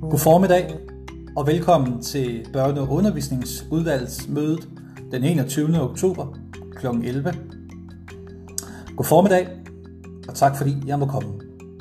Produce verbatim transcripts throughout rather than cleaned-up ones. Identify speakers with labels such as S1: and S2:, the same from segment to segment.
S1: God formiddag og velkommen til Børne- og Undervisningsudvalgsmødet den enogtyvende oktober klokken elleve. God formiddag og tak fordi jeg må komme.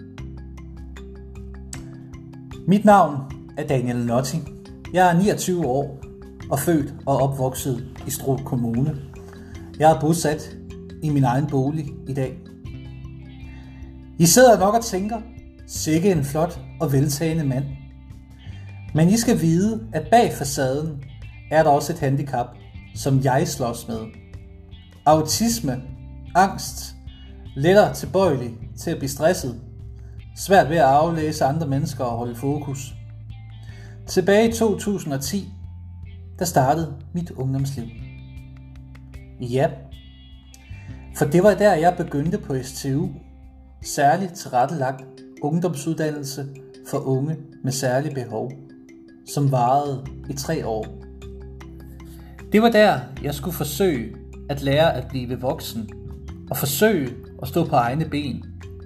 S1: Mit navn er Daniel Notti. Jeg er niogtyve år og født og opvokset i Struer Kommune. Jeg er bosat i min egen bolig i dag. I sidder nok og tænker, sikke en flot og veltagende mand. Men I skal vide, at bag facaden er der også et handicap, som jeg slås med. Autisme, angst, lettere tilbøjelig til at blive stresset, svært ved at aflæse andre mennesker og holde fokus. Tilbage i to tusind og ti, der startede mit ungdomsliv. Ja, for det var der, jeg begyndte på S T U, særligt tilrettelagt ungdomsuddannelse for unge med særlige behov, som varede i tre år. Det var der, jeg skulle forsøge at lære at blive voksen og forsøge at stå på egne ben.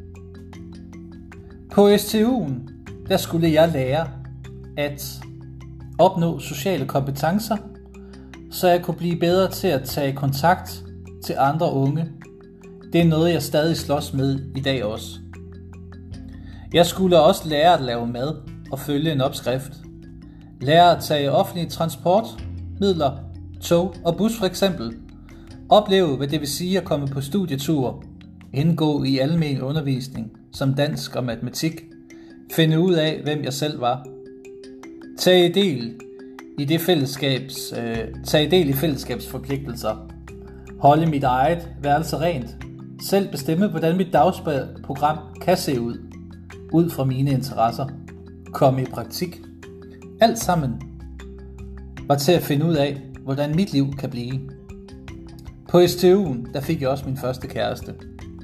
S1: På S T U'en, der skulle jeg lære at opnå sociale kompetencer, så jeg kunne blive bedre til at tage kontakt til andre unge. Det er noget, jeg stadig slås med i dag også. Jeg skulle også lære at lave mad og følge en opskrift. Lære at tage offentlige transportmidler, tog og bus for eksempel. Opleve, hvad det vil sige at komme på studietur. Indgå i almen undervisning som dansk og matematik. Finde ud af, hvem jeg selv var. Tage del i det fællesskabs, øh, tage del i fællesskabsforpligtelser. Holde mit eget værelse rent. Selv bestemme, hvordan mit dagsprogram kan se ud. Ud fra mine interesser. Komme i praktik. Alt sammen var til at finde ud af, hvordan mit liv kan blive. På S T U'en, der fik jeg også min første kæreste.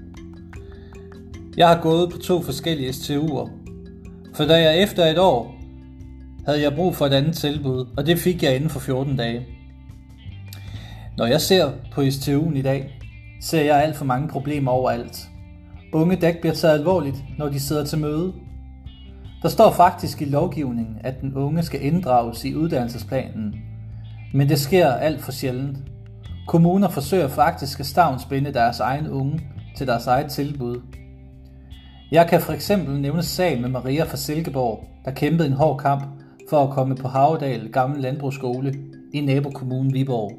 S1: Jeg har gået på to forskellige S T U'er, for da jeg efter et år havde jeg brug for et andet tilbud, og det fik jeg inden for fjorten dage. Når jeg ser på S T U'en i dag, ser jeg alt for mange problemer overalt. Unge, der ikke bliver taget alvorligt, når de sidder til møde. Der står faktisk i lovgivningen, at den unge skal inddrages i uddannelsesplanen, men det sker alt for sjældent. Kommuner forsøger faktisk at stavnsbinde deres egen unge til deres eget tilbud. Jeg kan for eksempel nævne sagen med Maria fra Silkeborg, der kæmpede en hård kamp for at komme på Havredal Gamle Landbrugsskole i nabokommunen Viborg.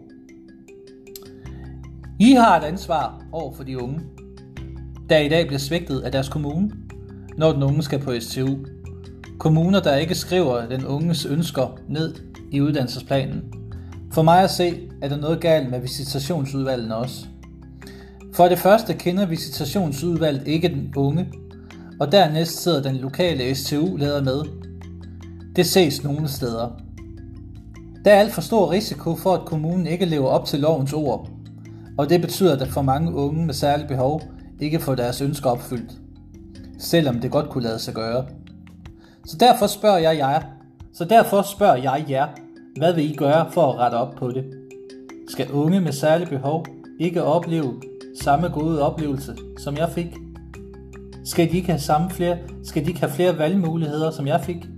S1: I har et ansvar over for de unge, der i dag bliver svigtet af deres kommune, når den unge skal på S T U. Kommuner, der ikke skriver den unges ønsker ned i uddannelsesplanen. For mig at se, er der noget galt med visitationsudvalgene også. For det første kender visitationsudvalget ikke den unge, og dernæst sidder den lokale S T U-leder med. Det ses nogle steder. Der er alt for stor risiko for, at kommunen ikke lever op til lovens ord, og det betyder, at for mange unge med særlige behov ikke får deres ønsker opfyldt, selvom det godt kunne lade sig gøre. Så derfor spørger jeg jer, så derfor spørger jeg jer, hvad vil I gøre for at rette op på det? Skal unge med særlige behov ikke opleve samme gode oplevelse, som jeg fik? Skal de ikke have, samme flere, skal de ikke have flere valgmuligheder, som jeg fik?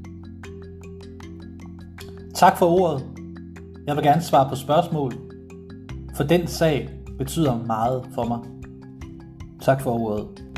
S1: Tak for ordet. Jeg vil gerne svare på spørgsmål, for den sag betyder meget for mig. Tak for ordet.